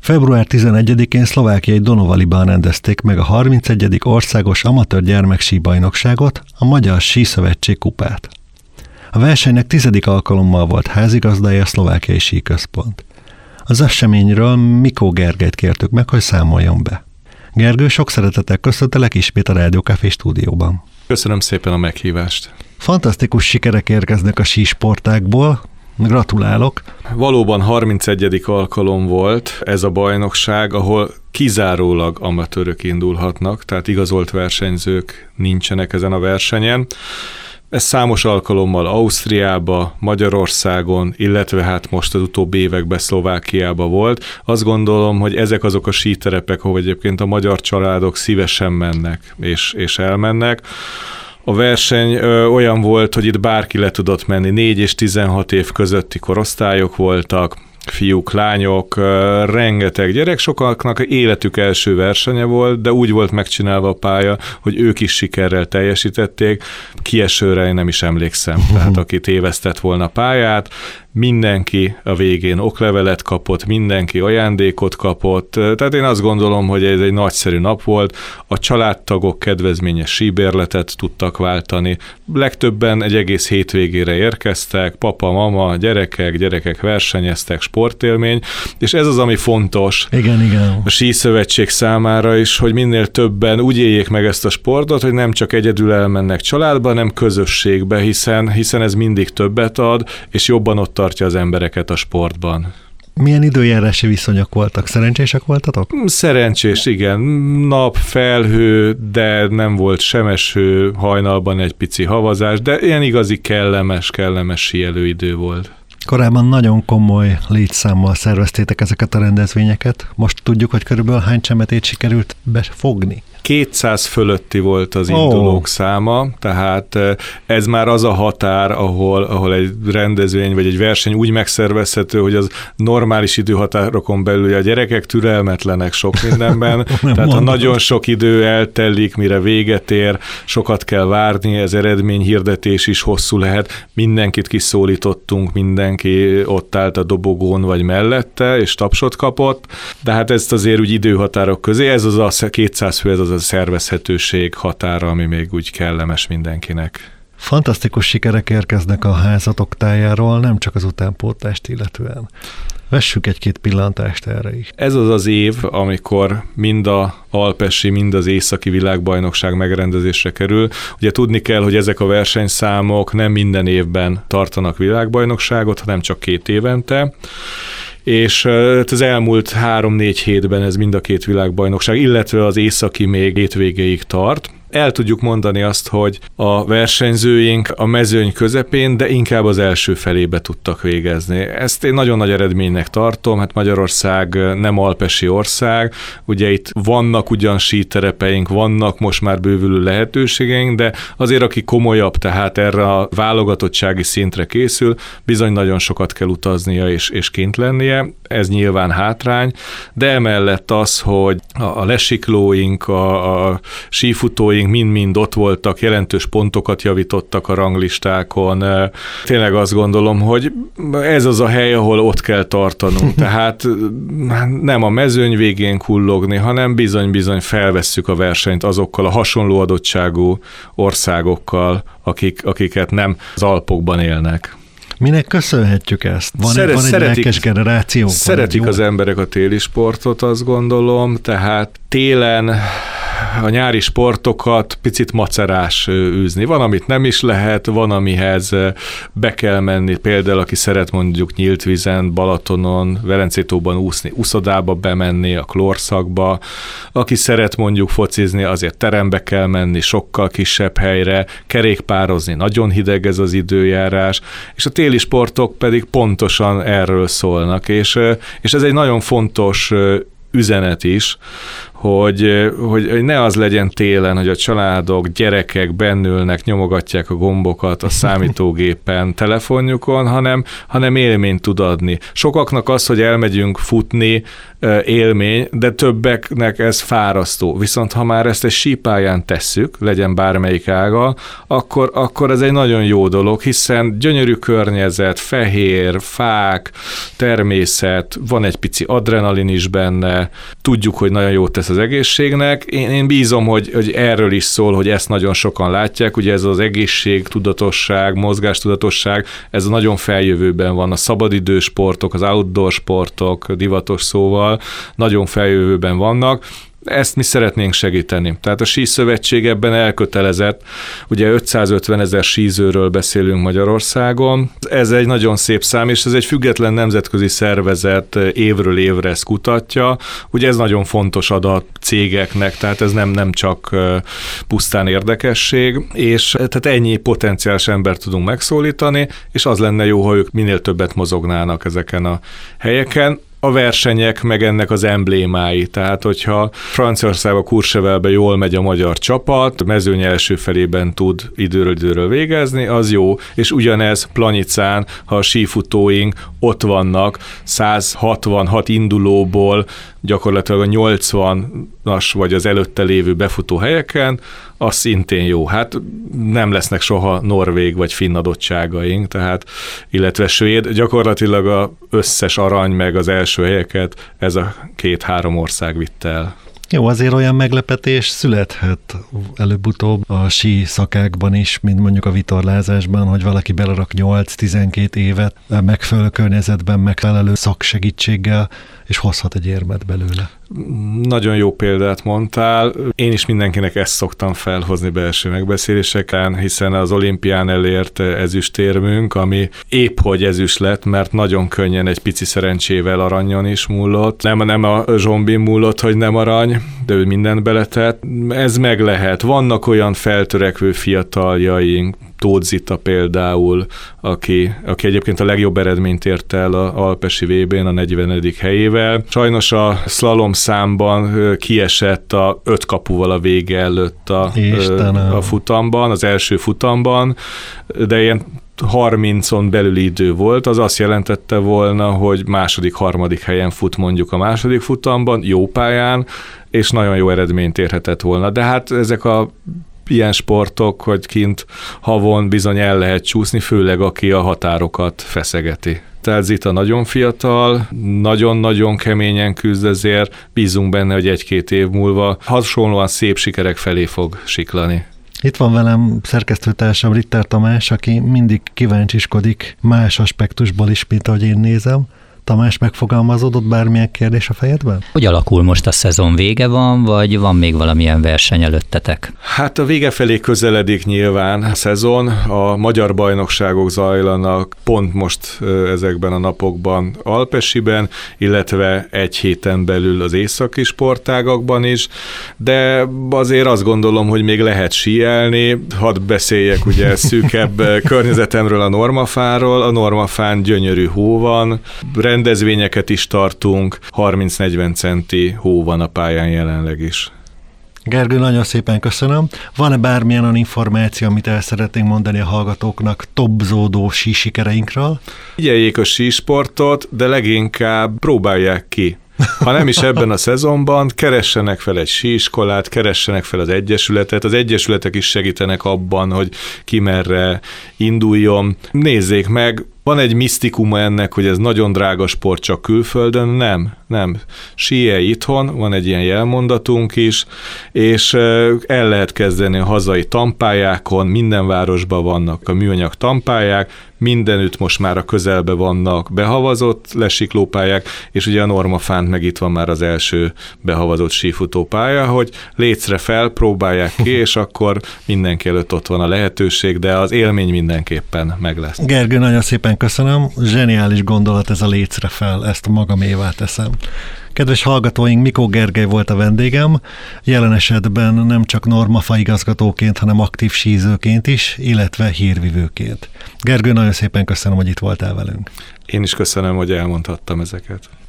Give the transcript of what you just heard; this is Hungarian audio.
Február 11-én szlovákiai Donovaliban rendezték meg a 31. országos amatőr gyermeksíbajnokságot, a Magyar Síszövetség kupát. A versenynek 10. alkalommal volt házigazdája a szlovákiai síközpont. Az eseményről Mikó Gergelyt kértük meg, hogy számoljon be. Gergő, sok szeretettel köszöntelek ismét a Rádió Café stúdióban. Köszönöm szépen a meghívást. Fantasztikus sikerek érkeznek a sísportákból. Gratulálok! Valóban 31. alkalom volt ez a bajnokság, ahol kizárólag amatőrök indulhatnak, tehát igazolt versenyzők nincsenek ezen a versenyen. Ez számos alkalommal Ausztriába, Magyarországon, illetve hát most az utóbbi években Szlovákiába volt. Azt gondolom, hogy ezek azok a síterepek, ahol egyébként a magyar családok szívesen mennek és elmennek. A verseny olyan volt, hogy itt bárki le tudott menni, 4 és 16 év közötti korosztályok voltak, fiúk, lányok, rengeteg gyerek, sokaknak életük első versenye volt, de úgy volt megcsinálva a pálya, hogy ők is sikerrel teljesítették. Kiesőre én nem is emlékszem, tehát aki tévesztett volna pályát, mindenki a végén oklevelet kapott, mindenki ajándékot kapott, tehát én azt gondolom, hogy ez egy nagyszerű nap volt, a családtagok kedvezményes síbérletet tudtak váltani, legtöbben egy egész hétvégére érkeztek, papa, mama, gyerekek versenyeztek, sportélmény, és ez az, ami fontos igen. A síszövetség számára is, hogy minél többen úgy éljék meg ezt a sportot, hogy nem csak egyedül elmennek családba, hanem közösségbe, hiszen ez mindig többet ad, és jobban ott tartja az embereket a sportban. Milyen időjárási viszonyok voltak? Szerencsések voltatok? Szerencsés, igen. Nap, felhő, de nem volt sem eső, hajnalban egy pici havazás, de ilyen igazi kellemes síelő idő volt. Korábban nagyon komoly létszámmal szerveztétek ezeket a rendezvényeket. Most tudjuk, hogy körülbelül hány csemetét sikerült befogni? 200 fölötti volt az indulók száma, tehát ez már az a határ, ahol egy rendezvény vagy egy verseny úgy megszervezhető, hogy az normális időhatárokon belül a gyerekek türelmetlenek sok mindenben, tehát ha nagyon sok idő eltelik, mire véget ér, sokat kell várni, ez eredményhirdetés is hosszú lehet, mindenkit kiszólítottunk, mindenki ott állt a dobogón vagy mellette, és tapsot kapott, de hát ezt azért úgy időhatárok közé, ez az a 200 fő, ez az a szervezhetőség határa, ami még úgy kellemes mindenkinek. Fantasztikus sikerek érkeznek a házatok tájáról, nem csak az utánpótlást illetően. Vessük egy-két pillantást erre is. Ez az az év, amikor mind a alpesi, mind az északi világbajnokság megrendezésre kerül. Ugye tudni kell, hogy ezek a versenyszámok nem minden évben tartanak világbajnokságot, hanem csak 2 évente. És az elmúlt 3-4 hétben ez mind a 2 világbajnokság, illetve az északi még hétvégéig tart. El tudjuk mondani azt, hogy a versenyzőink a mezőny közepén, de inkább az első felébe tudtak végezni. Ezt én nagyon nagy eredménynek tartom, hát Magyarország nem alpesi ország, ugye itt vannak ugyan síterepeink, vannak most már bővülő lehetőségeink, de azért aki komolyabb, tehát erre a válogatottsági szintre készül, bizony nagyon sokat kell utaznia és kint lennie, ez nyilván hátrány, de emellett az, hogy a lesiklóink, a sífutóink mind-mind ott voltak, jelentős pontokat javítottak a ranglistákon. Tényleg azt gondolom, hogy ez az a hely, ahol ott kell tartanunk. Tehát nem a mezőny végén kullogni, hanem bizony-bizony felvesszük a versenyt azokkal a hasonló adottságú országokkal, akiket nem az Alpokban élnek. Minek köszönhetjük ezt? Van egy lelkes generáció? Szeretik az emberek a téli sportot, azt gondolom, tehát télen a nyári sportokat picit macerás űzni. Van, amit nem is lehet, van, amihez be kell menni. Például, aki szeret mondjuk nyílt vízen, Balatonon, Velencé-tóban úszni, uszodába bemenni, a klórszakba. Aki szeret mondjuk focizni, azért terembe kell menni, sokkal kisebb helyre, kerékpározni, nagyon hideg ez az időjárás, és a téli sportok pedig pontosan erről szólnak, és ez egy nagyon fontos üzenet is, hogy ne az legyen télen, hogy a családok, gyerekek bennülnek, nyomogatják a gombokat a számítógépen, telefonjukon, hanem élményt tud adni. Sokaknak az, hogy elmegyünk futni, élmény, de többeknek ez fárasztó. Viszont ha már ezt egy sípályán tesszük, legyen bármelyik ága, akkor ez egy nagyon jó dolog, hiszen gyönyörű környezet, fehér, fák, természet, van egy pici adrenalin is benne, tudjuk, hogy nagyon jót tesz az egészségnek. Én bízom, hogy erről is szól, hogy ezt nagyon sokan látják, ugye ez az egészségtudatosság, mozgástudatosság, ez nagyon feljövőben van, a szabadidős sportok, az outdoor sportok, divatos szóval, nagyon feljövőben vannak. Ezt mi szeretnénk segíteni. Tehát a síszövetség ebben elkötelezett, ugye 550 000 sízőről beszélünk Magyarországon. Ez egy nagyon szép szám, és ez egy független nemzetközi szervezet évről évre ezt kutatja. Ugye ez nagyon fontos adat cégeknek, tehát ez nem csak pusztán érdekesség, és tehát ennyi potenciális embert tudunk megszólítani, és az lenne jó, ha ők minél többet mozognának ezeken a helyeken. A versenyek meg ennek az emblémái, tehát hogyha Franciaországban, Courchevelbe jól megy a magyar csapat, mezőny első felében tud időről végezni, az jó, és ugyanez Planicán, ha a sífutóink ott vannak 166 indulóból, gyakorlatilag a 80-as vagy az előtte lévő befutó helyeken, az szintén jó. Hát nem lesznek soha norvég vagy finn adottságaink, tehát, illetve svéd, gyakorlatilag az összes arany meg az első helyeket ez a 2-3 ország vitt el. Jó, azért olyan meglepetés születhet előbb-utóbb a sí szakákban is, mint mondjuk a vitorlázásban, hogy valaki belerak 8-12 évet megfelelő környezetben, megfelelő szaksegítséggel, és hozhat egy érmet belőle. Nagyon jó példát mondtál. Én is mindenkinek ezt szoktam felhozni belső megbeszéléseken, hiszen az olimpián elért ezüstérmünk, ami épp hogy ezüst lett, mert nagyon könnyen egy pici szerencsével aranyon is múlott. Nem a Zsombin múlott, hogy nem arany, de ő mindent beletett. Ez meg lehet. Vannak olyan feltörekvő fiataljaink, Tóth Zita például, aki egyébként a legjobb eredményt ért el az alpesi VB-n a 40. helyével. Sajnos a slalom számban kiesett a 5 kapuval a vége előtt a futamban, az első futamban, de ilyen 30-on belüli idő volt, az azt jelentette volna, hogy második-harmadik helyen fut mondjuk a második futamban, jó pályán, és nagyon jó eredményt érhetett volna. De hát ezek ilyen sportok, hogy kint havon bizony el lehet csúszni, főleg aki a határokat feszegeti. Tehát Zita nagyon fiatal, nagyon-nagyon keményen küzd, ezért bízunk benne, hogy 1-2 év múlva hasonlóan szép sikerek felé fog siklani. Itt van velem szerkesztőtársam Ritter Tamás, aki mindig kíváncsiskodik más aspektusból is, mint ahogy én nézem. Tamás, megfogalmazódott bármilyen kérdés a fejedben? Hogy alakul most a szezon, vége van, vagy van még valamilyen verseny előttetek? Hát a vége felé közeledik nyilván a szezon, a magyar bajnokságok zajlanak pont most ezekben a napokban Alpesiben, illetve egy héten belül az északi sportágakban is, de azért azt gondolom, hogy még lehet síelni. Hadd beszéljek ugye szűkebb környezetemről, a Normafáról. A Normafán gyönyörű hó van, rendezvényeket is tartunk, 30-40 centi hó van a pályán jelenleg is. Gergő, nagyon szépen köszönöm. Van-e bármilyen olyan információ, amit el szeretnénk mondani a hallgatóknak tobzódó sísikereinkről? Figyeljék a sísportot, de leginkább próbálják ki. Ha nem is ebben a szezonban, keressenek fel egy síiskolát, keressenek fel az egyesületet. Az egyesületek is segítenek abban, hogy ki merre induljon. Nézzék meg, van egy misztikuma ennek, hogy ez nagyon drága sport csak külföldön, nem. Síelj itthon, van egy ilyen jelmondatunk is, és el lehet kezdeni a hazai tanpályákon, minden városban vannak a műanyag tanpályák, mindenütt most már a közelben vannak behavazott lesiklópályák, és ugye a Normafánt meg itt van már az első behavazott sífutópálya, hogy lécre fel, próbálják ki, és akkor mindenki előtt ott van a lehetőség, de az élmény mindenképpen meg lesz. Gergő, nagyon szépen köszönöm, zseniális gondolat ez a lécre fel, ezt magamévá teszem. Kedves hallgatóink, Mikó Gergely volt a vendégem, jelen esetben nem csak Normafa igazgatóként, hanem aktív sízőként is, illetve hírvivőként. Gergő, nagyon szépen köszönöm, hogy itt voltál velünk. Én is köszönöm, hogy elmondhattam ezeket.